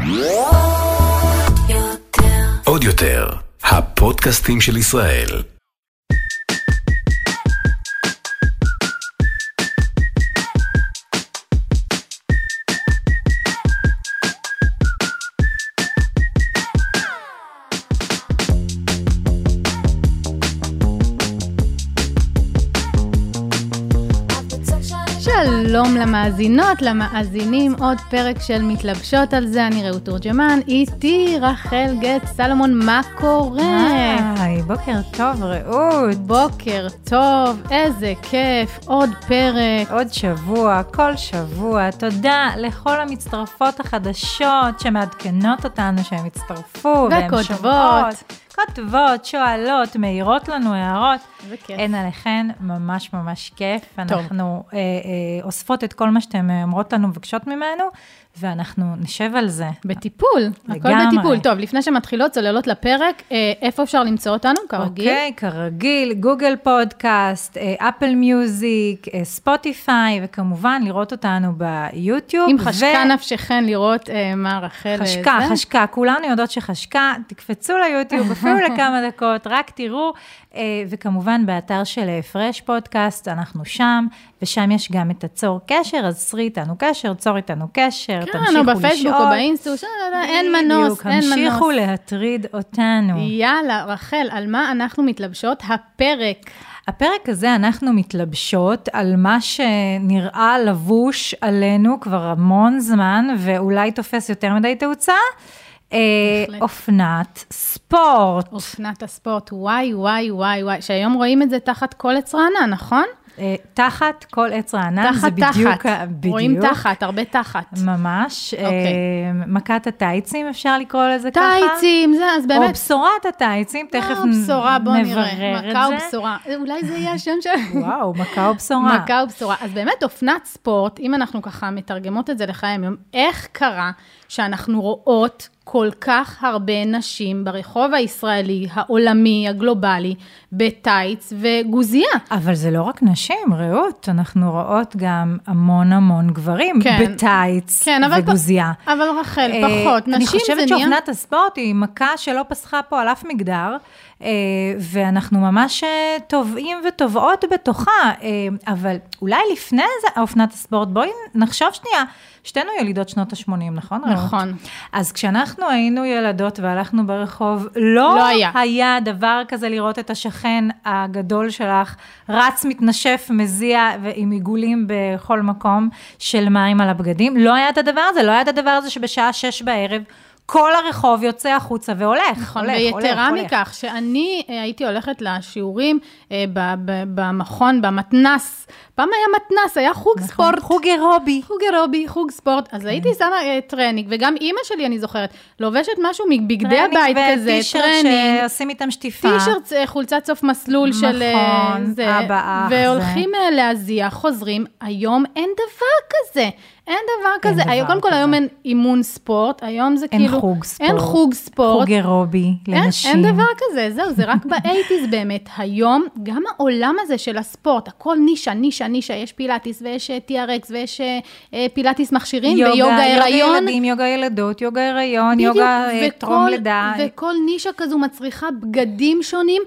עוד יותר, הפודקאסטים של ישראל. שלום למאזינות, למאזינים, עוד פרק של מתלבשות על זה, אני רעות תורג'מן, איתי רחל גט סלומון, מה קורה? היי, בוקר טוב רעות. בוקר טוב, איזה כיף, עוד פרק. עוד שבוע, כל שבוע, תודה לכל המצטרפות החדשות שמעדכנות אותנו שהם הצטרפו. כותבות, שואלות, מאירות לנו הערות. אין עליכן, ממש ממש כיף. אנחנו אוספות את כל מה שאתם אומרות לנו ובקשות ממנו, ואנחנו נשב על זה. בטיפול, הכל בטיפול. טוב, לפני שמתחילות צוללות לפרק, איפה אפשר למצוא אותנו, כרגיל? אוקיי, כרגיל, גוגל פודקאסט, אפל מיוזיק, ספוטיפיי, וכמובן לראות אותנו ביוטיוב. אם חשקה נפשכן לראות מה רחל זה. חשקה, כולנו יודעות שחשקה, תקפצו ליוטיוב, אפילו לכמה דקות, רק תראו, וכמובן באתר של פרש פודקאסט, אנחנו שם, ושם יש גם את הצור קשר, אז צרי איתנו קשר, צור איתנו קשר, תמשיכו לשאול. כן, או בפייסבוק או באינסטו, אין מנוס, אין מנוס. המשיכו להטריד אותנו. יאללה, רחל, על מה אנחנו מתלבשות? הפרק הזה אנחנו מתלבשות על מה שנראה לבוש עלינו כבר המון זמן, ואולי תופס יותר מדי תאוצה, אופנת ספורט. אופנת הספורט, וואי, שהיום רואים את זה תחת כל עץ רענן, נכון? תחת כל עץ רענן, זה בדיוק. רואים תחת, הרבה תחת. ממש. מכת הטייצים, אפשר לקרוא לזה ככה? טייצים, זה אז באמת. או בשורת הטייצים, תכף נברר את זה. מכה ובשורה, אולי זה יהיה השם של... וואו, מכה ובשורה. מכה ובשורה. אז באמת אופנת ספורט, אם אנחנו ככה מתרגמות את זה לחיי היום, איך קרה שאנחנו רואות כל כך הרבה נשים ברחוב הישראלי, העולמי, הגלובלי, בטייץ וגוזייה. אבל זה לא רק נשים, רעות, אנחנו רואות גם המון גברים בטייץ וגוזייה. אבל רחל, פחות. אני חושבת שאופנת הספורט היא מכה שלא פסחה פה על אף מגדר, ואנחנו ממש טובעים וטובעות בתוכה, אבל אולי לפני זה, אופנת הספורט, בואי נחשוב שנייה, שתינו ילידות שנות ה-80, נכון? נכון. אז כשאנחנו היינו ילדות והלכנו ברחוב, לא היה דבר כזה לראות את השכן הגדול שלך, רץ, מתנשף, מזיע, ועם עיגולים בכל מקום של מים על הבגדים. לא היה את הדבר הזה, לא היה את הדבר הזה שבשעה 6 בערב, כל הרחוב יוצא החוצה והולך. נכון, ויתרה מכך, שאני הייתי הולכת לשיעורים במכון, במתנס. פעם היה מתנס, היה חוג ספורט. חוג אירובי. חוג ספורט. אז הייתי שמה טרנינג, וגם אימא שלי, אני זוכרת, לובשת משהו מבגדי הבית כזה, טרנינג. שעושים איתם שטיפה. טישרט, חולצת סוף מסלול של זה. אבא, והולכים להזיע, חוזרים. היום אין דבר כזה. אין דבר כזה. קודם כל, היום אין אימון ספורט, היום זה כאילו... אין חוג ספורט. חוג אירובי לנשים. אין דבר כזה, זהו, זה רק ב-80s באמת. היום, גם העולם הזה של הספורט, הכל נישה, יש פילאטיס, ויש TRX, ויש פילאטיס מכשירים, ויוגה הריון. יוגה ילדים, יוגה ילדות, יוגה הריון, יוגה טרום לידה. וכל נישה כזו מצריכה בגדים שונים,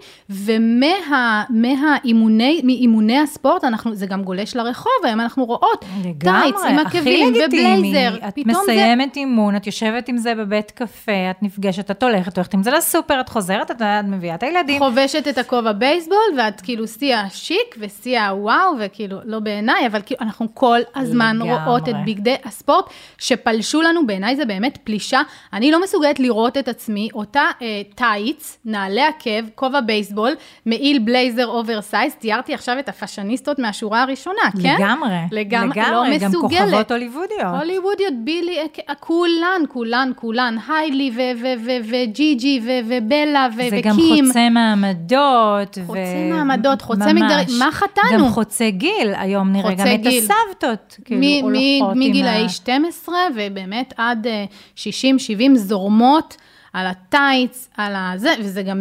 ומאימוני הספורט, זה גם גולש לרחוב, היום אנחנו רואות טייץ עם עקבים ובלייזר. את מסיימת אימון, את יושבת עם זה בבית קפה, את נפגשת, את הולכת עם זה לסופר, את חוזרת, את מביאה את הילדים. חובשת את הכובע בייסבול, ואת כאילו שיא שיק ושיא וואו, וכאילו לא בעיניי, אבל כאילו אנחנו כל הזמן רואות את בגדי הספורט, שפלשו לנו, בעיניי זה באמת פלישה. אני לא מסוגלת לראות את עצמי, אותה טייץ, נעלי עקב, כובע בייסבול, מעיל בלייזר אוברסייז, תיארתי עכשיו את הפאשניסטות מהשורה הראשונה, כן? לגמרי, לא מסוגלת. גם כוכבות הוליוודיות, בילי, כולן, היילי וג'יג'י ובלה וקים. זה גם חוצה מעמדות. חוצה מגדרי, מה חתנו? גם חוצה גיל, היום נראה גם את הסבתות. מגילאי 12 ובאמת עד 60-70 זורמות על הטייץ, על הזה, וזה גם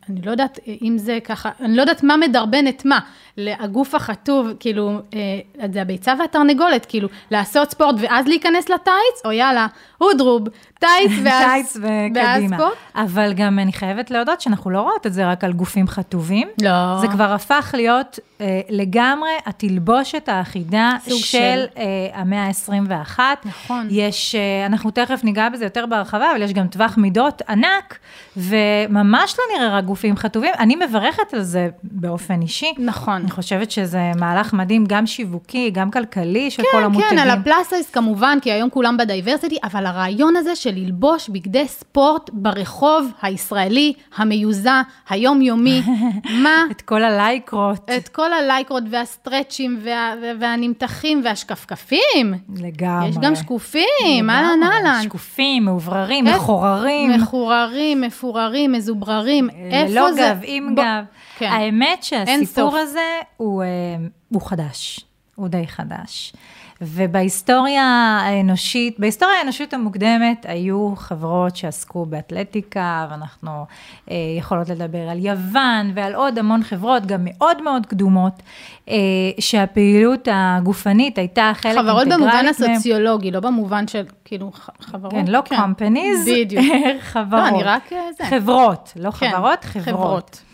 אני לא יודעת אם זה ככה, אני לא יודעת מה מדרבן את מה, הגוף החטוב, כאילו, זה הביצה והתרנגולת, כאילו, לעשות ספורט ואז להיכנס לטייץ, או יאללה, הודרוב, טייץ ואז ספורט. אבל גם אני חייבת להודות שאנחנו לא רואות את זה רק על גופים חטובים. לא. זה כבר הפך להיות לגמרי התלבושת האחידה של המאה ה-21. נכון. אנחנו תכף ניגע בזה יותר בהרחבה, אבל יש גם טווח מידות ענק, וממש לא נראה רק גופים חטובים. אני מברכת על זה באופן אישי. נכון. אני חושבת שזה מהלך מדהים, גם שיווקי, גם כלכלי, של כל המותגים. כן, על הפלאסייס כמובן, כי היום כולם בדייברסיטי, אבל הרעיון הזה של ללבוש בגדי ספורט ברחוב הישראלי, המיוזע, היומיומי, מה? את כל הלייקרות. את כל הלייקרות והסטרצ'ים והנמתחים והשקפקפים. לגמרי. יש גם שקופים, אהלן. שקופים, מעובררים, מחוררים. מחוררים, מפוררים, מזובררים. ללא גב, עם גב. האמת שהסיפור הזה הוא חדש, הוא די חדש. ובהיסטוריה האנושית, בהיסטוריה האנושית המוקדמת, היו חברות שעסקו באתלטיקה, ואנחנו יכולות לדבר על יוון, ועל עוד המון חברות, גם מאוד מאוד קדומות, שהפעילות הגופנית הייתה חלק אינטגרלית. חברות במובן הסוציולוגי, לא במובן של, כאילו, חברות. כן, לא companies, בדיוק. חברות. לא, אני רק זה. חברות, לא חברות, חברות.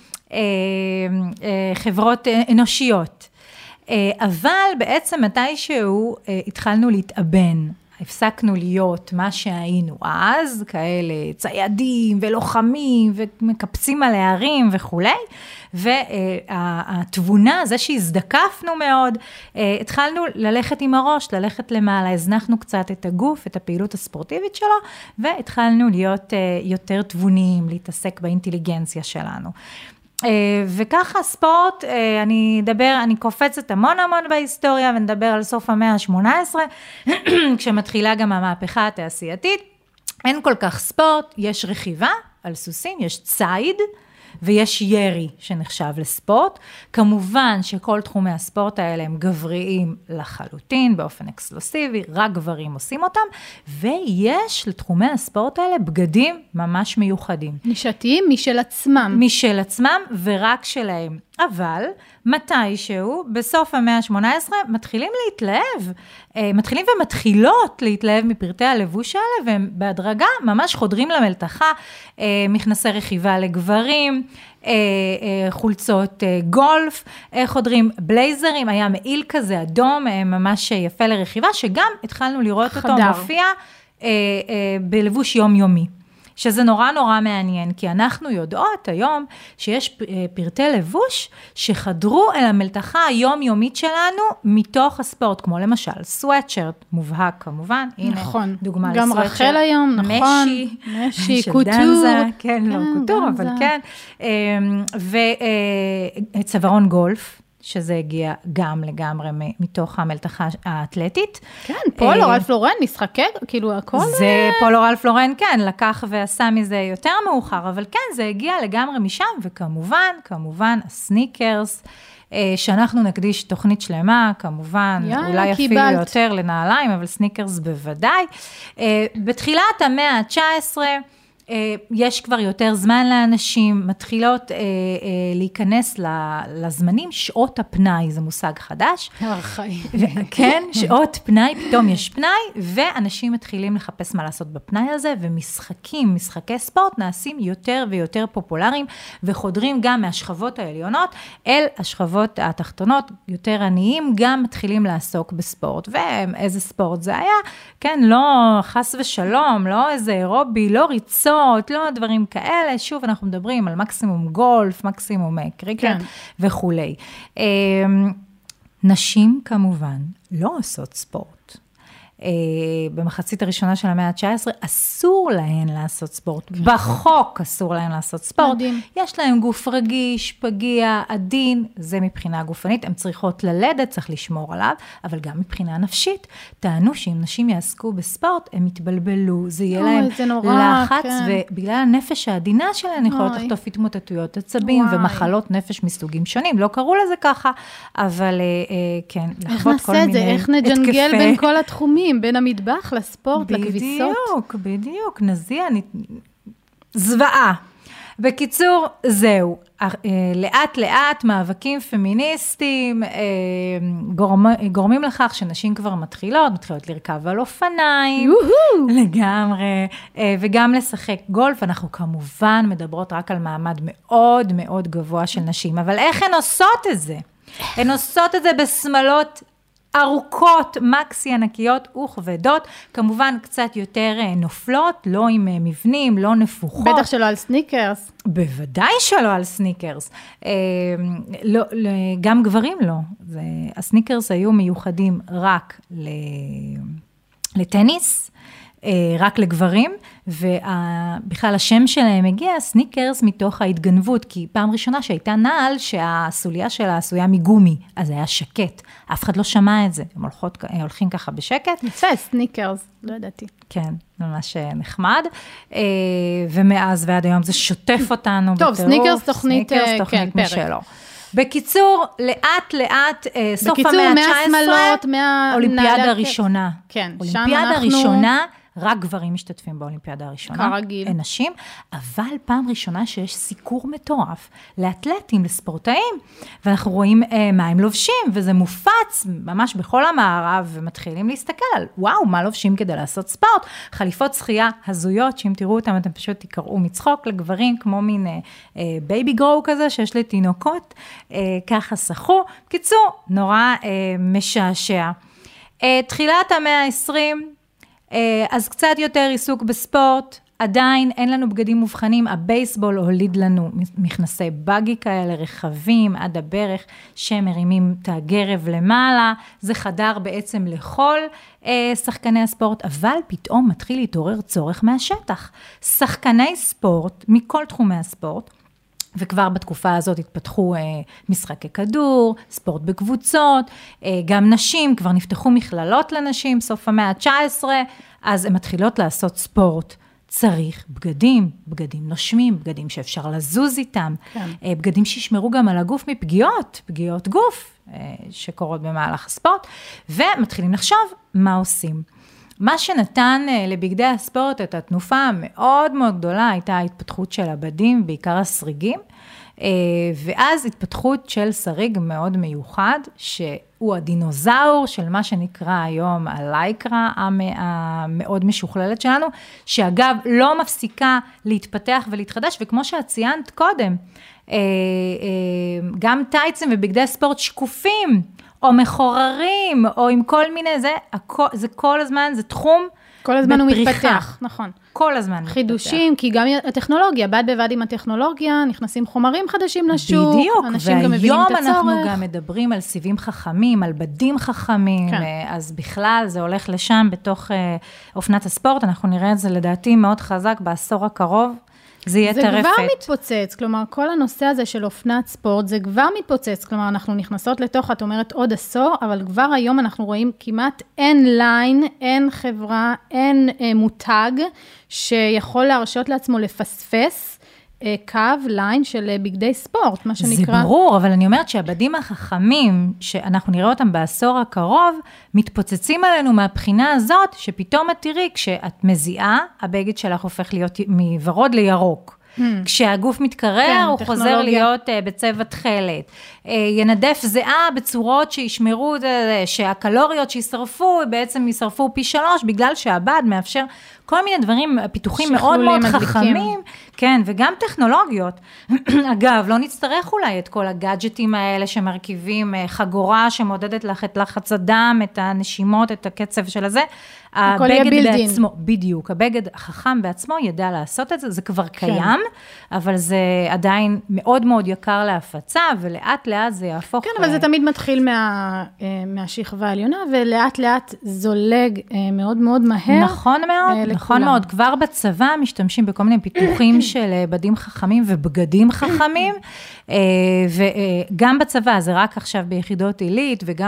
חברות אנושיות. אבל בעצם מתישהו התחלנו להתאבן, הפסקנו להיות מה שהיינו אז, כאלה ציידים ולוחמים ומקפצים על הערים וכו'. והתבונה, זה שהזדקפנו מאוד, התחלנו ללכת עם הראש, ללכת למעלה, הזנחנו קצת את הגוף, את הפעילות הספורטיבית שלו, והתחלנו להיות יותר תבוניים, להתעסק באינטליגנציה שלנו. וככה ספורט, אני קופצת המון בהיסטוריה, ונדבר על סוף המאה ה-18, כשמתחילה גם המהפכה התעשייתית, אין כל כך ספורט, יש רכיבה על סוסים, יש ציד, ויש ירי שנחשב לספורט. כמובן שכל תחומי הספורט האלה הם גבריים לחלוטין, באופן אקסקלוסיבי, רק גברים עושים אותם, ויש לתחומי הספורט האלה בגדים ממש מיוחדים. נישתיים משל עצמם. משל עצמם ורק שלהם. אבל מתישהו, בסוף המאה ה-18, מתחילים ומתחילות להתלהב מפרטי הלבוש האלה, והם בהדרגה ממש חודרים למלתחה, מכנסי רכיבה לגברים, חולצות גולף, חודרים בלייזרים, היה מעיל כזה אדום, ממש יפה לרכיבה, שגם התחלנו לראות אותו מופיע בלבוש יומיומי. שזה נורא מעניין, כי אנחנו יודעות היום שיש פרטי לבוש שחדרו אל המלתחה היומיומית שלנו מתוך הספורט, כמו למשל סוואטשרט, מובהק כמובן, נכון. הנה דוגמה גם לסוואטשרט. רחל היום, נכון. משי, קוטור. כן, לא קוטור, אבל כן. וצווארון גולף, שזה הגיע גם לגמרי מתוך המלתחה האתלטית. כן, פולו רלף לורן, משחקי, כאילו הכל... זה פולו רלף לורן, כן, לקח ועשה מזה יותר מאוחר, אבל כן, זה הגיע לגמרי משם, וכמובן, הסניקרס, שאנחנו נקדיש תוכנית שלמה, כמובן, אולי אפילו יותר לנעליים, אבל סניקרס בוודאי. בתחילת המאה ה-19, יש כבר יותר זמן לאנשים, מתחילות להיכנס לזמנים, שעות הפנאי, זה מושג חדש. כן, שעות פנאי, פתאום יש פנאי, ואנשים מתחילים לחפש מה לעשות בפנאי הזה, משחקי ספורט נעשים יותר ויותר פופולריים, וחודרים גם מהשכבות העליונות, אל השכבות התחתונות, יותר עניים, גם מתחילים לעסוק בספורט. ואיזה ספורט זה היה? כן, לא חס ושלום, לא איזה אירובי, לא ריצות, לא דברים כאלה, שוב אנחנו מדברים על מקסימום גולף, מקסימום קריקט וכו'. נשים כמובן לא עושות ספורט. במחצית הראשונה של המאה ה-19, אסור להן לעשות ספורט. בחוק אסור להן לעשות ספורט. מדהים. יש להן גוף רגיש, פגיע, עדין, זה מבחינה גופנית, הן צריכות ללדת, צריך לשמור עליו, אבל גם מבחינה נפשית, טענו שאם נשים יעסקו בספורט, הם יתבלבלו, זה יהיה להם לחץ, ובגלל הנפש העדינה שלהן, יכולות לחטוף התמוטטויות עצבים, ומחלות נפש מסוגים שונים, לא קראו לזה ככה, אבל כן, לחוות כל מיני איך נג'נגל בין כל התחומים, בין המטבח לספורט, לכביסות. בדיוק, נזיע, זוועה. בקיצור, זהו. לאט לאט מאבקים פמיניסטיים גורמים לכך שנשים כבר מתחילות לרכב על אופניים, לגמרי, וגם לשחק גולף. אנחנו כמובן מדברות רק על מעמד מאוד מאוד גבוה של נשים, אבל איך הן עושות את זה? הן עושות את זה בסמלות ארוכות, מקסי ענקיות וכבדות, כמובן קצת יותר נופלות, לא עם מבנים, לא נפוחות. בטח שלא על סניקרס. בוודאי שלא על סניקרס. גם גברים לא. הסניקרס היו מיוחדים רק לטניס, רק לגברים, ובכלל השם שלהם הגיע, סניקרס, מתוך ההתגנבות, כי פעם ראשונה שהייתה נעל שהסוליה שלה עשויה מגומי, אז היה שקט, אף אחד לא שמע את זה, הם הולכים ככה בשקט. יפה, סניקרס, לא ידעתי. כן, ממש נחמד, ומאז ועד היום זה שוטף אותנו טוב, בטירוף. סניקרס תוכנית משלו. בקיצור, לאט, סוף המאה ה-19, אולימפיאדה הראשונה. כן, אולימפיאדה הראשונה, רק גברים משתתפים באולימפיאדה הראשונה. כרגיל. אין נשים, אבל פעם ראשונה שיש סיקור מטורף לאתלטים, לספורטאים, ואנחנו רואים מה הם לובשים, וזה מופץ ממש בכל המערב, ומתחילים להסתכל על, וואו, מה לובשים כדי לעשות ספורט? חליפות שחייה הזויות, שאם תראו אותם, אתם פשוט תקראו מצחוק לגברים, כמו מין בייבי גרו כזה, שיש לתינוקות, ככה שחו. קיצור, נורא משעשע. תחילת המאה ה-20, אז קצת יותר עיסוק בספורט, עדיין אין לנו בגדים מובחנים, הבייסבול הוליד לנו מכנסי בגי כאלה, רחבים עד הברך, שמרימים את הגרב למעלה, זה חדר בעצם לכל שחקני הספורט, אבל פתאום מתחיל להתעורר צורך מהשטח. שחקני ספורט, מכל תחומי הספורט, וכבר בתקופה הזאת התפתחו משחקי כדור, ספורט בקבוצות, גם נשים, כבר נפתחו מכללות לנשים, סוף המאה ה-19, אז הן מתחילות לעשות ספורט. צריך בגדים נושמים, בגדים שאפשר לזוז איתם, כן. בגדים שישמרו גם על הגוף מפגיעות, פגיעות גוף שקורות במהלך הספורט, ומתחילים לחשוב מה עושים. מה שנתן לבגדי הספורט את התנופה המאוד מאוד גדולה, הייתה ההתפתחות של הבדים, בעיקר הסריגים, ואז התפתחות של סריג מאוד מיוחד, שהוא הדינוזאור של מה שנקרא היום הלייקרה המאוד משוכללת שלנו, שאגב לא מפסיקה להתפתח ולהתחדש, וכמו שאת ציינת קודם, גם טייצים ובגדי ספורט שקופים, או מחוררים, או עם כל מיני, זה כל הזמן, זה תחום כל הזמן הוא מתפתח, נכון. כל הזמן חידושים, כי גם הטכנולוגיה, בד בבד עם הטכנולוגיה, נכנסים חומרים חדשים לשוק, בדיוק, והיום אנחנו גם מדברים על סיבים חכמים, על בדים חכמים, אז בכלל זה הולך לשם בתוך אופנת הספורט, אנחנו נראה את זה לדעתי מאוד חזק בעשור הקרוב, זה יהיה טרפת. זה כבר מתפוצץ, כלומר, כל הנושא הזה של אופנת ספורט, זה כבר מתפוצץ, כלומר, אנחנו נכנסות לתוך, את אומרת עוד עשור, אבל כבר היום אנחנו רואים כמעט אין ליין, אין חברה, אין מותג, שיכול להרשות לעצמו לפספס קו, ליין של בגדי ספורט, מה שנקרא. זה ברור, אבל אני אומרת שהבדים החכמים, שאנחנו נראה אותם בעשור הקרוב, מתפוצצים עלינו מהבחינה הזאת, שפתאום את תראי, כשאת מזיעה, הבגד שלך הופך להיות מוורוד לירוק. כשהגוף מתקרר, הוא חוזר להיות בצבע תכלת. ינדף זיעה בצורות שישמרו, שהקלוריות שישרפו, בעצם ישרפו פי 3, בגלל שהבד מאפשר כל מיני דברים, פיתוחים מאוד מאוד חכמים, כן, וגם טכנולוגיות. אגב, לא נצטרך אולי את כל הגאדג'טים האלה שמרכיבים חגורה שמודדת לך את לחץ הדם, את הנשימות, את הקצב של הזה. הבגד בעצמו, בדיוק, הבגד החכם בעצמו ידע לעשות את זה, זה כבר קיים, אבל זה עדיין מאוד מאוד יקר להפצה, ולאט לאט זה יהפוך... כן, אבל זה תמיד מתחיל מהשכבה העליונה, ולאט לאט זולג מאוד מאוד מהר. נכון מאוד, נכון מאוד. כבר בצבא משתמשים בכל מיני פיתוחים של בדים חכמים ובגדים חכמים, וגם בצבא, זה רק עכשיו ביחידות עילית, וגם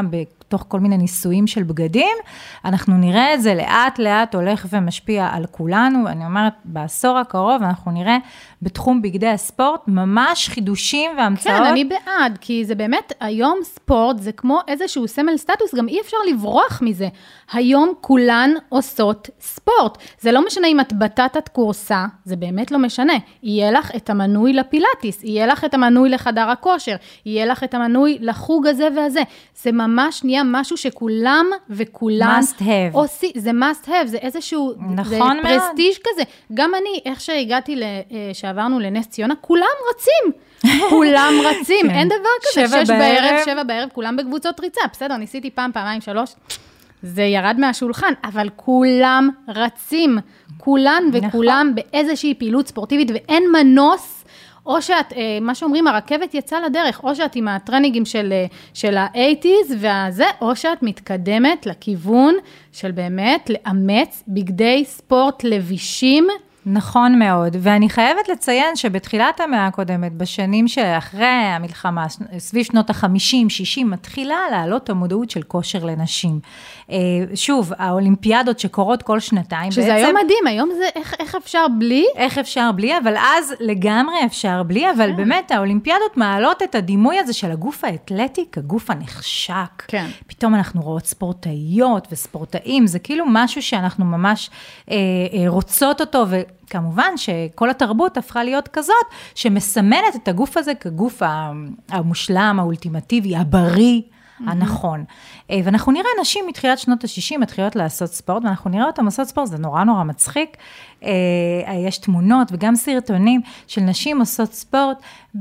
בתוך כל מיני ניסויים של בגדים, אנחנו נראה את זה לאט לאט הולך ומשפיע על כולנו, אני אומרת, בעשור הקרוב אנחנו נראה בתחום בגדי הספורט, ממש חידושים והמצאות. כן, אני בעד, כי זה באמת, היום ספורט זה כמו איזשהו סמל סטטוס, גם אי אפשר לברוח מזה. היום כולן עושות ספורט. זה לא משנה אם את בתת קורסה, זה באמת לא משנה. יהיה לך את המנוי לפילאטיס, יהיה לך את המנוי לחדר הכושר, יהיה לך את המנוי לחוג הזה והזה. זה ממש נהיה משהו שכולם וכולן עושים. זה must have, זה איזשהו נכון זה פרסטיג' כזה. גם אני, איך שהגעתי שעברנו לנס ציונה, כולם רצים. כולם רצים, אין דבר כזה, 7 בערב, כולם בקבוצות ריצה, בסדר, ניסיתי פעמיים, 3, זה ירד מהשולחן, אבל כולם רצים, כולן וכולם באיזושהי פעילות ספורטיבית, ואין מנוס, או שאת, מה שאומרים, הרכבת יצאה לדרך, או שאת עם הטרנינגים של ה-80s והזה, או שאת מתקדמת לכיוון של באמת לאמץ בגדי ספורט לבישים, נכון מאוד, ואני חייבת לציין שבתחילת המאה הקודמת, בשנים שאחרי המלחמה, סביב שנות ה-50-60, מתחילה לעלות המודעות של כושר לנשים. שוב, האולימפיאדות שקורות כל שנתיים, שזה היום מדהים, היום זה איך אפשר בלי? איך אפשר בלי, אבל אז לגמרי אפשר בלי, אבל באמת האולימפיאדות מעלות את הדימוי הזה של הגוף האתלטיק, הגוף הנחשק. כן. פתאום אנחנו רואות ספורטאיות וספורטאים, זה כאילו משהו שאנחנו ממש רוצות אותו, וכמובן שכל התרבות הפכה להיות כזאת, שמסמנת את הגוף הזה כגוף המושלם, האולטימטיבי, הבריא, הנכון. ואנחנו נראה נשים מתחילת שנות ה-60 מתחילות לעשות ספורט, ואנחנו נראה אותם לעשות ספורט, זה נורא נורא מצחיק. יש תמונות וגם סרטונים של נשים עושות ספורט,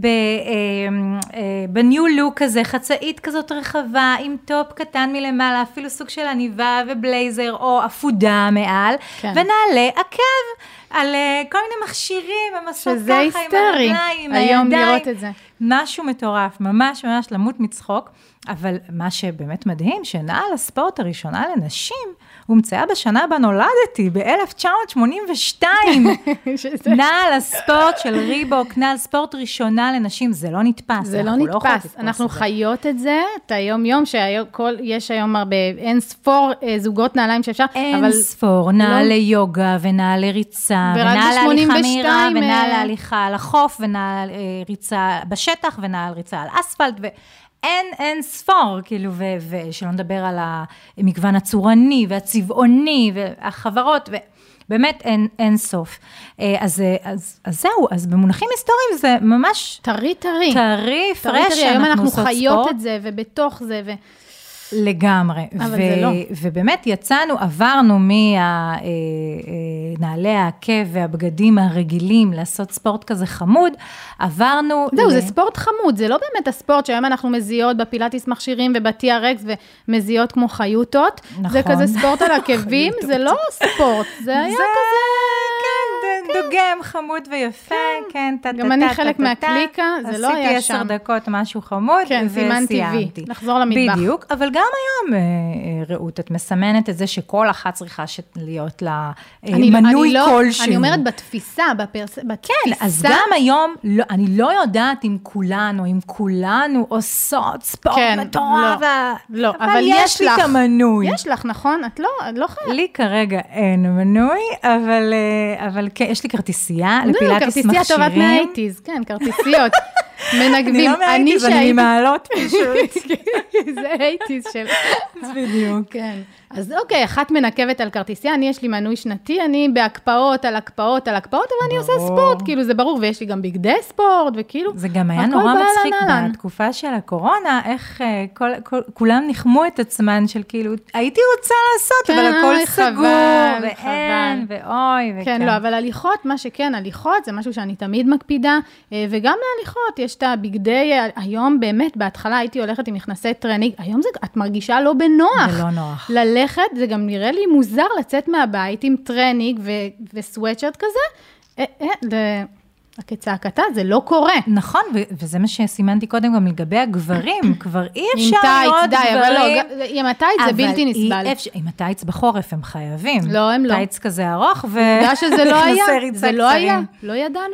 בניו לוק כזה, חצאית כזאת רחבה, עם טופ קטן מלמעלה, אפילו סוג של עניבה ובלייזר, או אפודה מעל, ונעלה עקב על כל מיני מכשירים, הם עושות ככה עם הרגליים, היום לראות את זה. משהו מטורף, ממש ממש למות מצחוק, אבל מה שבאמת מדהים, שנעל הספורט הראשונה לנשים, הומצאה בשנה בה נולדתי, ב-1982. נעל הספורט של ריבוק, נעל ספורט ראשונה לנשים, זה לא נתפס. זה לא נתפס, אנחנו חיות את זה, את היום-יום, שיש היום הרבה, אין ספור זוגות נעליים שאפשר, אין ספור, נעל ליוגה, ונעל לריצה, ונעל להליכה מהירה, ונעל להליכה על החוף, ונעל ריצה בשטח, ונעל ריצה על אספלט, אין ספור, כאילו, ושלא נדבר על המגוון הצורני והצבעוני והחברות, ובאמת אין סוף. אז זהו, אז במונחים היסטוריים זה ממש טרי, פרש, היום אנחנו חיות את זה, ובתוך זה, לגמרי, ובאמת יצאנו, עברנו מנעלי העקב והבגדים הרגילים לעשות ספורט כזה חמוד, עברנו... זהו, זה ספורט חמוד, זה לא באמת הספורט שהיום אנחנו מזיעות בפילאטיס מכשירים ובטי-הרקס ומזיעות כמו חיוטות, זה כזה ספורט על עקבים, זה לא ספורט, זה היה כזה... דוגם, חמוד ויפה, כן, גם אני חלק מהקליקה, זה לא היה שם. עשיתי 10 דקות משהו חמוד, כן, סימן טבעי, נחזור למטבח. בדיוק, אבל גם היום, רעות, את מסמנת את זה שכל אחת צריכה להיות לה מנוי כלשהו. אני אומרת בתפיסה, כן, אז גם היום, אני לא יודעת אם כולנו עושות ספורט מטורף, לא, אבל יש לי את המנוי. יש לך, נכון? את לא חייבת. לי כרגע אין מנוי, אבל כן, יש לי כרטיסייה לפילאטיס מכשירים. כרטיסייה טובת מה-80s, כן, כרטיסיות. מנגבים. אני לא מה-80s, אני ממעלות פשוט. זה 80s של... בדיוק. כן. אז אוקיי, אחת מנקבת על כרטיסייה, אני יש לי מנוי שנתי, אני בהקפאות על הקפאות, אבל אני עושה ספורט, כאילו זה ברור, ויש לי גם בגדי ספורט, וכאילו... זה גם היה נורא מצחיק בתקופה של הקורונה, איך כולם נחמו את עצמן של כאילו, הייתי רוצה לעשות, אבל הכל סגור, ואין, ואוי, וכן. כן, לא, אבל הליכות, מה שכן, הליכות, זה משהו שאני תמיד מקפידה, וגם להליכות, יש את הבגדי, היום באמת, בהתחלה הייתי הולכת עם מכנסי טרנינג, היום את מרגישה לא בנוח. זה לא נוח. ללכת, זה גם נראה לי מוזר לצאת מהבית עם טרנינג וסוואטשרט כזה, כצעקתה, זה לא קורה. נכון, וזה מה שסימנתי קודם גם לגבי הגברים, כבר אי אפשר לראות גברים. עם הטייץ זה בלתי נסבל. עם הטייץ בחורף הם חייבים. לא, הם לא. טייץ כזה ארוך, יודע שזה לא היה, זה לא היה, לא ידענו.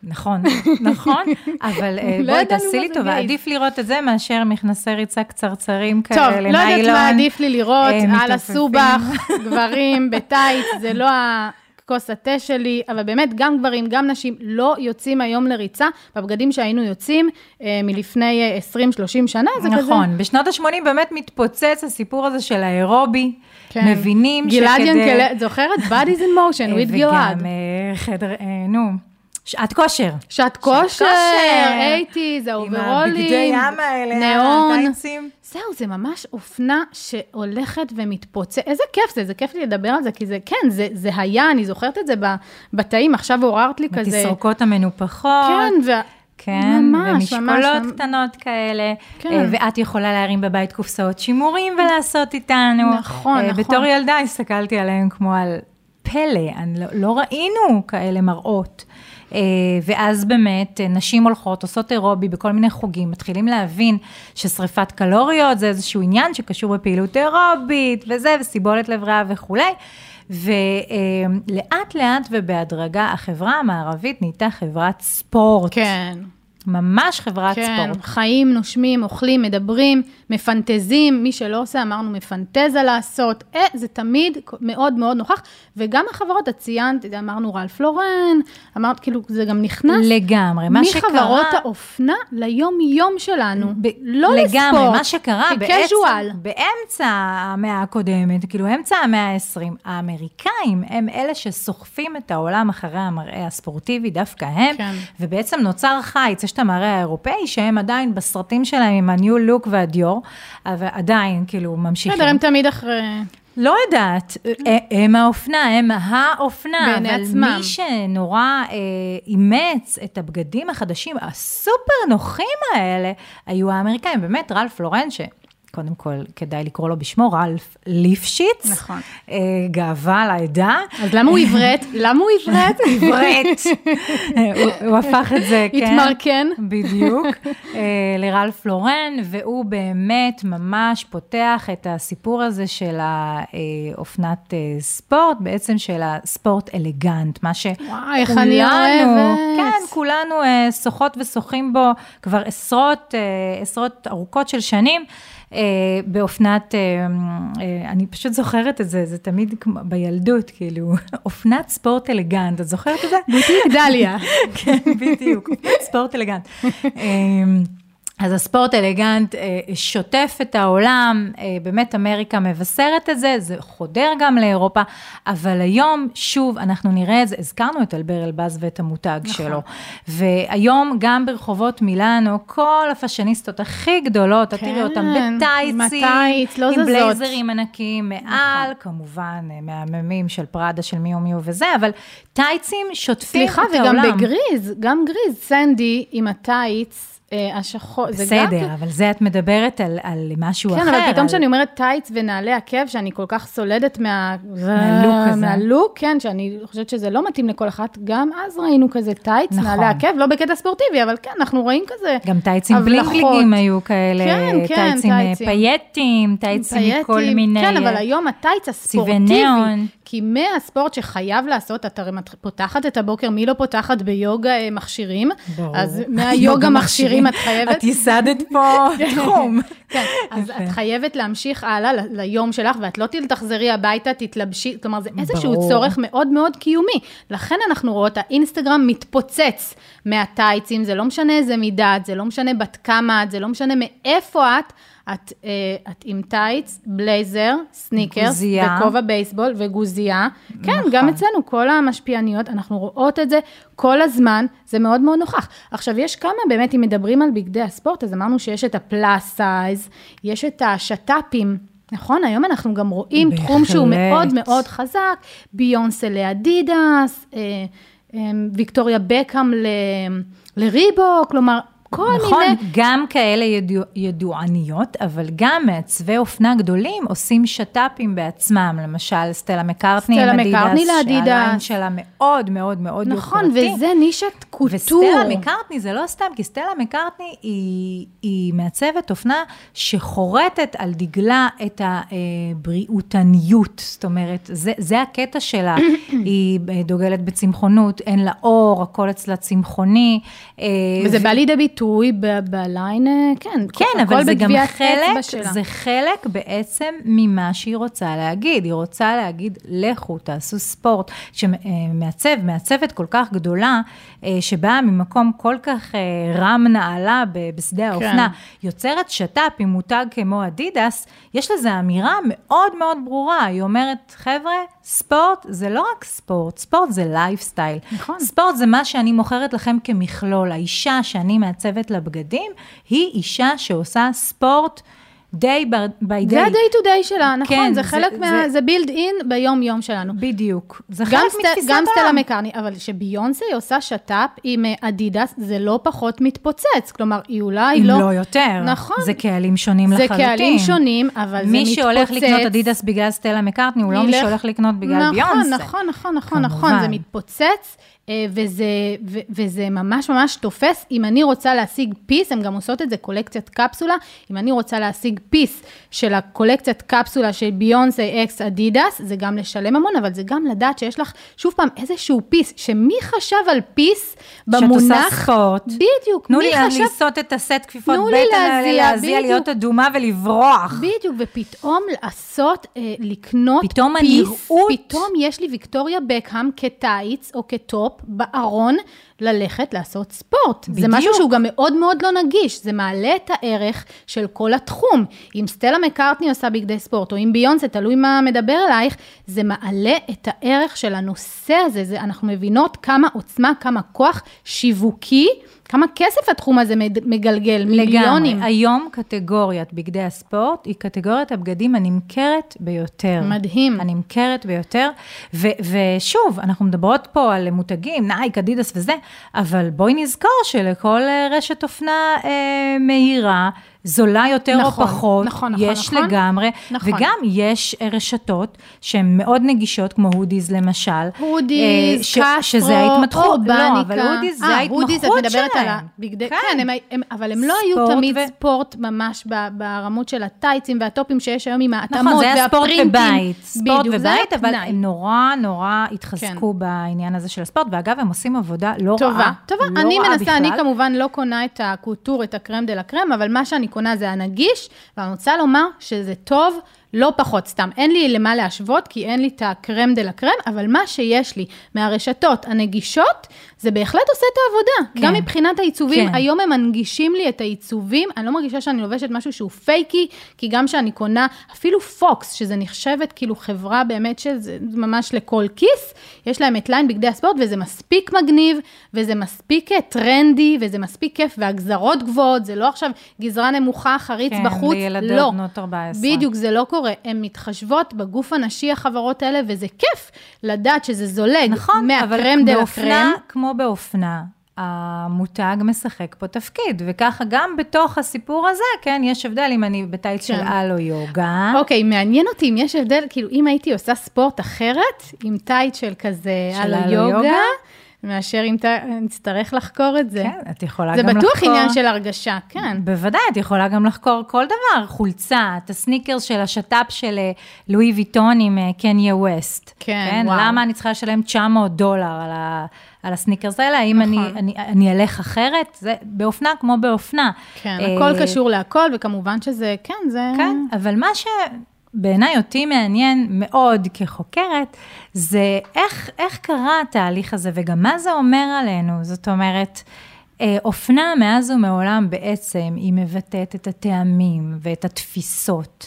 נכון, נכון, אבל בואי תעשי לי טובה, עדיף לראות את זה מאשר מכנסי ריצה קצרצרים כאלה, טוב, לא יודעת מה עדיף לי לראות, על הסובח, גברים, בטייץ, זה לא הכוס התה שלי, אבל באמת גם גברים, גם נשים לא יוצאים היום לריצה, בבגדים שהיינו יוצאים מלפני 20-30 שנה, זה כזה. נכון, בשנות ה-80 באמת מתפוצץ הסיפור הזה של האירובי, מבינים שכדי... גלעד ינקלה, זוכרת? Bodies in motion, with גלעד. וגם חדר, שעת כושר. שעת כושר, 80s, האוברולים, עם הבגדי ים האלה, נאון. הטייצים. זהו, זה ממש אופנה שהולכת ומתפוצץ. איזה כיף זה, זה כיף לי לדבר על זה, כי זה, כן, זה היה, אני זוכרת את זה בתאים, עכשיו עוררת לי כזה. בתסרוקות המנופחות. כן, כן, ממש, ומשקולות קטנות כאלה, ואת יכולה להרים בבית קופסאות שימורים ולעשות איתנו. נכון, נכון. בתור ילדה הסתכלתי עליהם כמו על פלא, לא ראינו כאלה מראות. ואז באמת נשים הולכות, עושות אירובי בכל מיני חוגים, מתחילים להבין ששריפת קלוריות זה איזשהו עניין שקשור בפעילות אירובית וזה, וסיבולת לב ריאה וכו'. ולאט לאט ובהדרגה החברה המערבית נהייתה חברת ספורט. כן. ממש חברת ספורט. כן, חיים, נושמים, אוכלים, מדברים, מפנטזים, מי שלא עושה, אמרנו מפנטזה לעשות, זה תמיד מאוד מאוד נוכח, וגם החברות הציינת, אמרנו רלף לורן, אמרת, כאילו, זה גם נכנס. לגמרי, מה שקרה... מחברות האופנה ליום-יום שלנו, לא לספורט, לגמרי, מה שקרה בעצם, כקז'ואל. באמצע המאה הקודמת, כאילו, אמצע המאה ה-20, האמריקאים הם אלה שסוחפים את העולם אחרי המראה הספורטיבי, דווקא הם, כן. ובעצם נוצר חיץ, יש את המראה האירופאי, שהם עדיין בסרטים שלהם עם הניו לוק והדיור, אבל עדיין כאילו ממשיכים. בסדר, הם תמיד אחרי... לא יודעת, הם האופנה, בעיני עצמם. אבל מי שנורא אימץ את הבגדים החדשים, הסופר נוחים האלה, היו האמריקאים, באמת רלף לורן, קודם כל, כדאי לקרוא לו בשמו, רלף ליפשיץ. נכון. גאווה לעדה. אז למה הוא עברת? עברת. הוא הפך את זה, כן. התמרקן. בדיוק. לרלף לורן, והוא באמת ממש פותח את הסיפור הזה של האופנת ספורט, בעצם של הספורט אלגנט, מה שכולנו, וואי, איך אני אוהבת. כן, כולנו שוחות ושוחים בו כבר עשרות ארוכות של שנים, באופנת, אני פשוט זוכרת את זה, זה תמיד בילדות, כאילו, אופנת ספורט אלגנט, את זוכרת את זה? בוטיק דליה. כן, בדיוק, אופנת ספורט אלגנט. אז הספורט אלגנט שוטף את העולם, באמת אמריקה מבשרת את זה, זה חודר גם לאירופה, אבל היום שוב אנחנו נראה את זה, הזכרנו את אלבר אלבז ואת המותג שלו, והיום גם ברחובות מילאנו, כל הפשניסטות הכי גדולות, תראי אותם בטייצים, עם בלייזרים ענקיים מעל, כמובן מהממים של פראדה, של מיו מיו וזה, אבל טייצים שוטפים את העולם. וגם בגריז, גם גריז, סנדי עם הטייץ, השחור, בסדר, אבל זה את מדברת על משהו אחר. כן, אבל פתאום שאני אומרת טייץ ונעלי עקב, שאני כל כך סולדת מהלוק הזה. מהלוק, כן, שאני חושבת שזה לא מתאים לכל אחת, גם אז ראינו כזה טייץ, נעלי עקב, לא בקטע ספורטיבי, אבל כן, אנחנו רואים כזה גם טייצים בלינגלינגים היו כאלה, טייצים פייטים, טייצים מכל מיני... כן, אבל היום הטייץ הספורטיבי, כי מהספורט שחייב לעשות, את הרי פותחת את הבוקר, מי לא פותחת ביוגה מכשירים, אז מהיוגה מכשירים את חייבת... את ייסדת פה תחום. כן, אז את חייבת להמשיך הלאה ליום שלך, ואת לא תחזרי הביתה, תתלבשי, כלומר זה איזשהו צורך מאוד מאוד קיומי. לכן אנחנו רואות, האינסטגרם מתפוצץ מהטייצים, זה לא משנה איזה מידת, זה לא משנה בת כמה את, זה לא משנה מאיפה את עם טייץ, בלייזר, סניקרס, וכובע בייסבול וגוזייה. כן, גם אצלנו, כל המשפיעניות, אנחנו רואות את זה כל הזמן, זה מאוד מאוד נוכח. עכשיו, יש כמה, באמת, אם מדברים על בגדי הספורט, אז אמרנו שיש את הפלאס סייז, יש את השטאפים, נכון? היום אנחנו גם רואים תחום שהוא מאוד מאוד חזק, ביונסה לאדידס, ויקטוריה בקאם לריבוק, כלומר, נכון, גם כאלה ידועניות, אבל גם מעצבי אופנה גדולים עושים שטאפים בעצמם, למשל סטלה מקארטני עם אדידס, שהליין שלה מאוד מאוד מאוד נכון, וזה נישת קוטור. וסטלה מקרטני זה לא סתם, כי סטלה מקרטני היא מעצבת אופנה שחורטת על דגלה את הבריאותניות, זאת אומרת, זה הקטע שלה, היא דוגלת בצמחונות, אין לה אור, הכל אצלה צמחוני. וזה בא לידי ביטוי בליין, כן, אבל זה גם חלק בעצם ממה שהיא רוצה להגיד, היא רוצה להגיד, לכו, תעשו ספורט, שמעצבת כל כך גדולה, שבאה ממקום כל כך רם נעלה בשדה האופנה, יוצרת שטאפ עם מותג כמו אדידס, יש לזה אמירה מאוד מאוד ברורה, היא אומרת, חבר'ה, ספורט זה לא רק ספורט, ספורט זה לייפסטייל. נכון. ספורט זה מה שאני מוכרת לכם כמכלול, האישה שאני מעצבת לבגדים, היא אישה שעושה ספורט, day by day. זה ה-day to day שלה, נכון, כן, זה חלק זה build in ביום יום שלנו. בדיוק, זה חלק מתפיסת גם סטלה מקרטני, אבל שביונסה היא עושה שטאפ עם אדידס, זה לא פחות מתפוצץ, כלומר, היא אולי לא... אם לא יותר. נכון. זה קהלים שונים לחלוטין. זה קהלים שונים, אבל זה מתפוצץ. מי שהולך לקנות אדידס בגלל סטלה מקרטני, הוא לא מי שהולך לקנות בגלל ביונסה. נכון, זה מתפוצץ. וזה ממש ממש תופס, אם אני רוצה להשיג פיס, הם גם עושות את זה קולקציית קפסולה, אם אני רוצה להשיג פיס של הקולקציית קפסולה של ביונסה אקס אדידס, זה גם לשלם המון, אבל זה גם לדעת שיש לך שוב פעם איזשהו פיס, שמי חשב על פיס במונח, שאת עושה ספורט, בדיוק, תנו לי לעשות את הסט כפיפות בטן, להזיע, להיות אדומה ולברוח. בדיוק, ופתאום לעשות, לקנות פתאום פיס, הנראות, פתאום יש לי ויקטוריה בקהאם כטייץ או כטופ, בארון ללכת לעשות ספורט. בדיוק. זה משהו שהוא גם מאוד מאוד לא נגיש, זה מעלה את הערך של כל התחום. אם סטלה מקרטני עושה בגדי ספורט, או אם ביונסה, תלוי מה מדבר עלייך, זה מעלה את הערך של הנושא הזה, אנחנו מבינות כמה עוצמה, כמה כוח שיווקי, כמה כסף התחום הזה מגלגל, מיליונים. לגמרי. היום קטגוריית בגדי הספורט, היא קטגוריית הבגדים הנמכרת ביותר. מדהים. הנמכרת ביותר, ושוב, אנחנו מדברות פה על מותגים, נייק, אדידס וזה, אבל בואי נזכור שלכל רשת אופנה מהירה, זולה יותר נכון, או פחות, נכון, יש נכון, לגמרי, נכון. וגם יש רשתות שהן מאוד נגישות, כמו הודיז למשל. הודיז, שזה ההתמתחות, אורבניקה. לא, אבל הודיז זה ההתמחות שלהם. כן, אבל הם לא היו תמיד ספורט ממש ברמות של הטייצים והטופים שיש היום עם ההתאמות והפרינטים. נכון, זה היה ספורט ובית, ספורט ובית, אבל הם נורא התחזקו בעניין הזה של הספורט, ואגב, הם עושים עבודה לא רעה. טובה, אני מנסה, אני כמובן לא קונה את הקוטור, את הקרם דה לקרם, אבל מה שאני קונה זה הנגיש, ואני רוצה לומר שזה טוב, לא פחות סתם. אין לי למה להשוות, כי אין לי את הקרם דה לקרם, אבל מה שיש לי מהרשתות הנגישות, זה בהחלט עושה את העבודה. כן. גם מבחינת העיצובים, כן. היום הם מנגישים לי את העיצובים, אני לא מרגישה שאני לובשת משהו שהוא פייקי, כי גם שאני קונה, אפילו פוקס, שזה נחשבת כאילו חברה באמת שזה ממש לכל כיס, יש להם את ליין בגדי הספורט, וזה מספיק מגניב, וזה מספיק טרנדי, וזה מספיק כיף, והגזרות גבוהות, זה לא עכשיו גזרה נמוכה, חריץ כן, בחוץ, לילדות לא. בנות 14. בדיוק, זה לא קורה. הן מתחשבות בגוף הנשי החברות האלה, וזה כיף לדעת שזה זולג נכון, מהקרם דה לקרם. כמו באופנה, המותג משחק פה תפקיד, וככה גם בתוך הסיפור הזה, כן, יש הבדל אם אני בטייץ של על או יוגה. אוקיי, מעניין אותי אם יש הבדל, כאילו אם הייתי עושה ספורט אחרת, עם טייץ של כזה על או יוגה, מאשר אם נצטרך לחקור את זה. כן, את יכולה גם לחקור. זה בטוח עניין של הרגשה, כן. בוודאי, את יכולה גם לחקור כל דבר, חולצה, את הסניקרס של השטאפ של לואי ויטון עם קניה ווסט. כן, וואו. למה אני צריכה לשלם $900 על הסניקרס האלה? האם אני אלך אחרת? זה באופנה כמו באופנה. כן, הכל קשור להכל, וכמובן שזה, כן, זה... כן, אבל מה בעיניי אותי מעניין מאוד כחוקרת, זה איך קרה התהליך הזה, וגם מה זה אומר עלינו. זאת אומרת, אופנה מאז ומעולם בעצם, היא מבטאת את הטעמים ואת התפיסות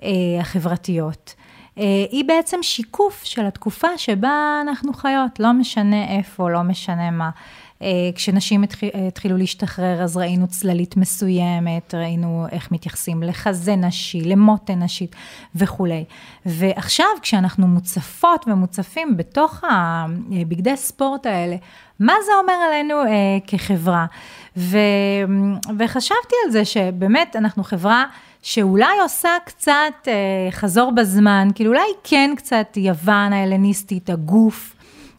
החברתיות. היא בעצם שיקוף של התקופה שבה אנחנו חיות, לא משנה איפה, לא משנה מה. כשנשים התחילו להשתחרר, אז ראינו צללית מסוימת, ראינו איך מתייחסים לחזה נשי, למותן נשית וכו'. ועכשיו, כשאנחנו מוצפות ומוצפים בתוך הבגדי ספורט האלה, מה זה אומר עלינו כחברה? וחשבתי על זה שבאמת אנחנו חברה שאולי עושה קצת חזור בזמן, כאילו אולי כן קצת יוון ההלניסטית, הגוף,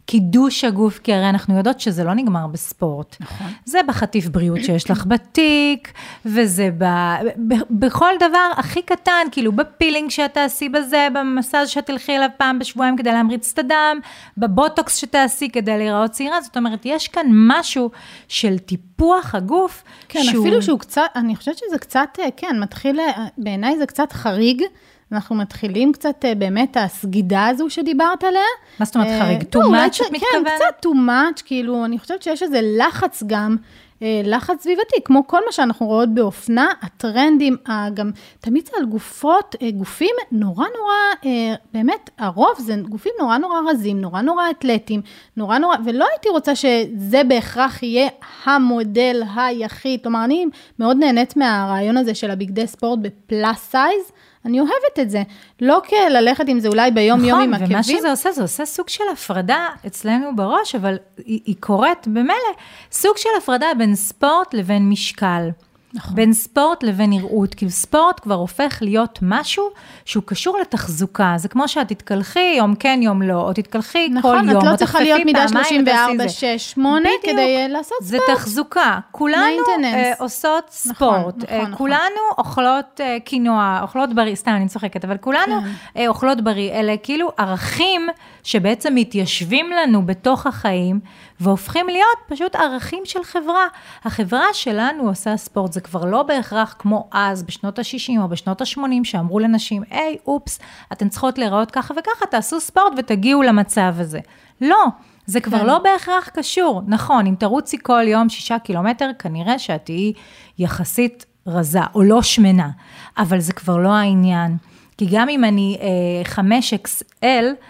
קידוש הגוף, כי הרי אנחנו יודעות שזה לא נגמר בספורט. נכון. זה בחטיף בריאות שיש לך בתיק, וזה בכל דבר הכי קטן, כאילו בפילינג שתעשי בזה, במסאז' שתלכי אליו פעם בשבועיים כדי להמריץ את הדם, בבוטוקס שתעשי כדי להיראות צעירה, זאת אומרת, יש כאן משהו של טיפוח הגוף, כן, אפילו שהוא קצת, אני חושבת שזה קצת, כן, מתחיל, בעיניי זה קצת חריג, אנחנו מתחילים קצת באמת הסגידה הזו שדיברת עליה. מה זאת אומרת חריג? too much את מתכוונת? כן, קצת too much, כאילו, אני חושבת שיש איזה לחץ גם, לחץ סביבתי, כמו כל מה שאנחנו רואות באופנה, הטרנדים, גם תמיד זה על גופים נורא, באמת, הרוב זה גופים נורא רזים, נורא אתלטים, ולא הייתי רוצה שזה בהכרח יהיה המודל היחיד, כלומר, אני מאוד נהנית מהרעיון הזה של הבגדי ספורט בפלאס סייז, אני אוהבת את זה, לא כללכת עם זה אולי ביום יום עם עקבים. ומה שזה עושה, זה עושה סוג של הפרדה אצלנו בראש, אבל היא קורית במילא, סוג של הפרדה בין ספורט לבין משקל. נכון. בין ספורט לבין נראות, כאילו ספורט כבר הופך להיות משהו שהוא קשור לתחזוקה, זה כמו שאת תתקלחי יום כן יום לא, או תתקלחי נכון, כל יום, נכון, את לא צריכה להיות מידה 34, 6, 8, כדי לעשות זה ספורט. זה תחזוקה, כולנו עושות ספורט, נכון, כולנו אוכלות קינוע, אוכלות בריא, סתם אני צוחקת, אבל כולנו אוכלות בריא, אלה כאילו ערכים שבעצם מתיישבים לנו בתוך החיים, והופכים להיות פשוט ערכים של חברה. החברה שלנו עושה ספורט, זה כבר לא בהכרח כמו אז, בשנות ה-60 או בשנות ה-80, שאמרו לנשים, היי, אופס, אתן צריכות להיראות ככה וככה, תעשו ספורט ותגיעו למצב הזה. לא, זה כבר לא בהכרח קשור. נכון, אם תרוצי כל יום 6 קילומטר, כנראה שאת תהיי יחסית רזה, או לא שמנה, אבל זה כבר לא העניין. כי גם אם אני 5XL,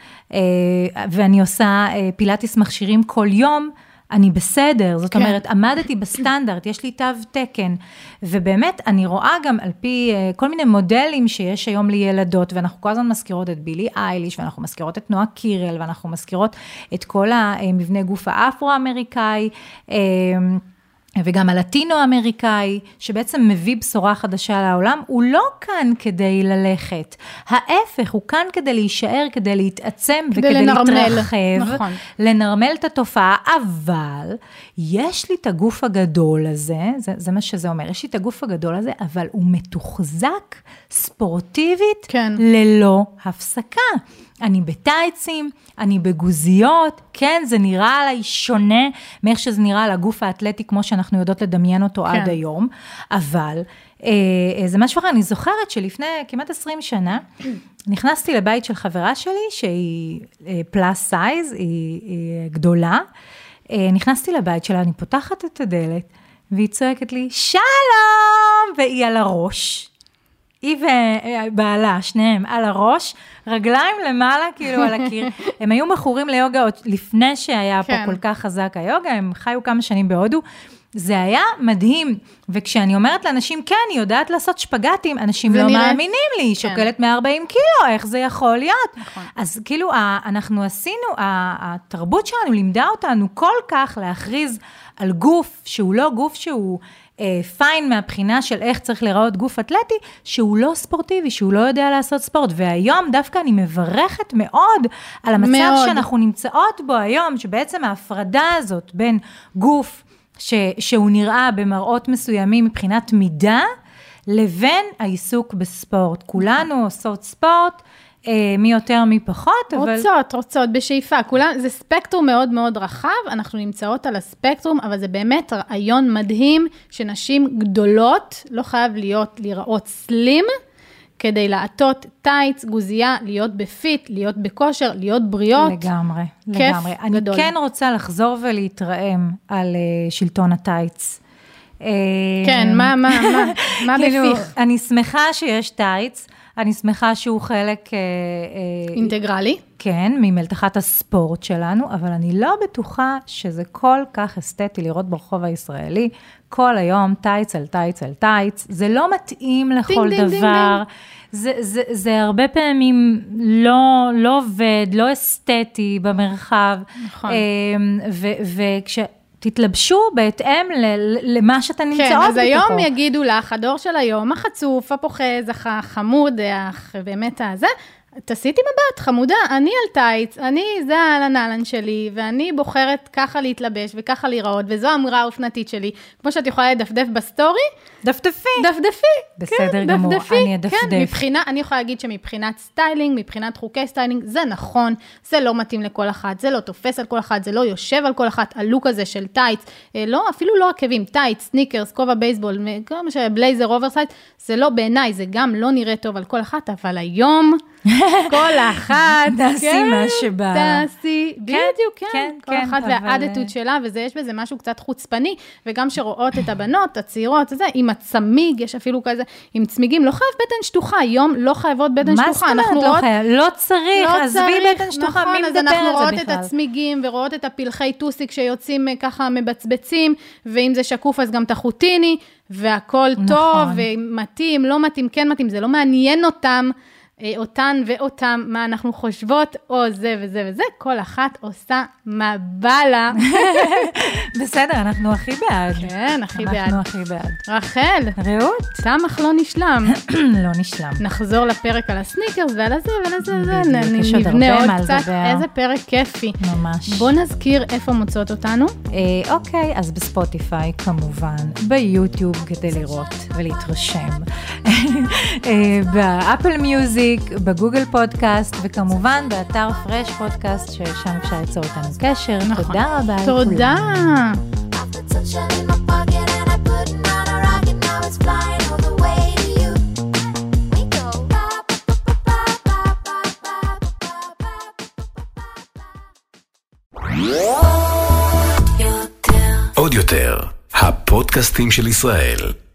ואני עושה פילאטיס מכשירים כל יום, אני בסדר, זאת אומרת, עמדתי בסטנדרט, יש לי תו תקן, ובאמת אני רואה גם על פי כל מיני מודלים שיש היום לילדות, ואנחנו כל הזמן מזכירות את בילי אייליש, ואנחנו מזכירות את נועה קירל, ואנחנו מזכירות את כל המבנה גוף האפרו-אמריקאי, וגם הלטינו-אמריקאי, שבעצם מביא בשורה חדשה לעולם, הוא לא כאן כדי ללכת. ההפך, הוא כאן כדי להישאר, כדי להתעצם וכדי להתרחב, נכון. לנרמל את התופעה, אבל יש לי את הגוף הגדול הזה, זה מה שזה אומר, יש לי את הגוף הגדול הזה, אבל הוא מתוחזק ספורטיבית ללא הפסקה. אני בטייצים, אני בגוזיות, כן, זה נראה עליי שונה מאיך שזה נראה על הגוף האתלטי, כמו שאנחנו יודעות לדמיין אותו עד היום, אבל זה משהו אחר, אני זוכרת שלפני כמעט 20 שנה, נכנסתי לבית של חברה שלי, שהיא פלאס סייז, היא גדולה, נכנסתי לבית שלה, אני פותחת את הדלת, והיא צועקת לי, שלום, והיא על הראש, היא ובעלה, שניהם על הראש, רגליים למעלה, כאילו על הקיר. הם היו מכורים ליוגה עוד לפני שהיה פה כל כך חזק היוגה, הם חיו כמה שנים בהודו. זה היה מדהים, וכשאני אומרת לאנשים, כן, היא יודעת לעשות שפגטים, אנשים לא מאמינים לי, היא שוקלת 140 קילו, איך זה יכול להיות? אז כאילו, אנחנו עשינו, התרבות שלנו לימדה אותנו כל כך להכריז על גוף, שהוא לא גוף שהוא פיין מהבחינה של איך צריך להיראות גוף אתלטי, שהוא לא ספורטיבי, שהוא לא יודע לעשות ספורט, והיום דווקא אני מברכת מאוד על המצב שאנחנו נמצאות בו היום, שבעצם ההפרדה הזאת בין גוף שהוא נראה במראות מסוימים מבחינת מידה, לבין העיסוק בספורט. כולנו עושות ספורט, מי יותר מי פחות, אבל רוצות בשאיפה, זה ספקטרום מאוד מאוד רחב, אנחנו נמצאות על הספקטרום, אבל זה באמת רעיון מדהים, שנשים גדולות, לא חייב להיראות סלים, כדי לעטות טייץ, גוזייה, להיות בפיט, להיות בכושר, להיות בריאות. לגמרי, כיף לגמרי. גדול. אני כן רוצה לחזור ולהתרעם על שלטון הטייץ. כן, מה בפיך? אני שמחה שיש טייץ, אני שמחה שהוא חלק אינטגרלי. כן, ממלתחת הספורט שלנו, אבל אני לא בטוחה שזה כל כך אסתטי לראות ברחוב הישראלי, כל היום טייץ על טייץ על טייץ, זה לא מתאים לכל דבר, זה הרבה פעמים לא עובד, לא אסתטי במרחב, נכון. תתלבשו בהתאם למה שאתה נמצאות בתוכו. כן, אז היום יגידו לך, הדור של היום, החצוף, הפוחז, החמוד, באמת הזה, תעשיתי מבט, חמודה, אני על טייץ, זה הנעלן שלי, ואני בוחרת ככה להתלבש וככה להיראות, וזו האמרה האופנתית שלי. כמו שאת יכולה לדפדף בסטורי, דפדפי. בסדר גמור, אני אדפדף. כן, אני יכולה להגיד שמבחינת סטיילינג, מבחינת חוקי סטיילינג, זה נכון, זה לא מתאים לכל אחת, זה לא תופס על כל אחת, זה לא יושב על כל אחת, הלוק הזה של טייץ, אפילו לא עקבים, טייץ, סניקרס, כובע בייסבול, כמו שבלייזר אוברסייז, זה לא בעיניי, זה גם לא נראה טוב על כל אחת, אבל היום כל אחת, תעשי מה שבא. תעשי, בדיוק, כן. כל אחת והאדטות שלה, יש בזה משהו קצת חוצפני, וגם שרואות את הבנות, הצעירות, עם הצמיג, יש אפילו כזה, עם צמיגים, לא חייב בטן שטוחה, היום לא חייבות בטן שטוחה. מה זאת אומרת לא חייב? לא צריך, עזבי בטן שטוחה, מי מדבר על זה בכלל? אז אנחנו רואות את הצמיגים, ורואות את הפלחי טוסיק שיוצאים ככה מבצבצים, ואם זה שקוף אז גם תחוטיני, והכל טוב, ומתאים, לא מתאים, כן מתאים, זה לא מעניין אותן ואותם, מה אנחנו חושבות, או זה וזה וזה, כל אחת עושה מה בא לה. בסדר, אנחנו הכי בעד. כן, הכי בעד. אנחנו הכי בעד. רחל. רעות. תמך לא נשלם. לא נשלם. נחזור לפרק על הסניקרס ועל הזה ולזה, נבנה עוד קצת, איזה פרק כיפי. ממש. בוא נזכיר איפה מוצאות אותנו. אוקיי, אז בספוטיפיי כמובן, ביוטיוב כדי לראות ולהתרשם. באפל מיוזיק, בגוגל פודקאסט, וכמובן באתר פרש פודקאסט, ששם אפשר ליצור איתנו קשר. נכון. תודה רבה. תודה. עוד יותר, הפודקאסטים של ישראל.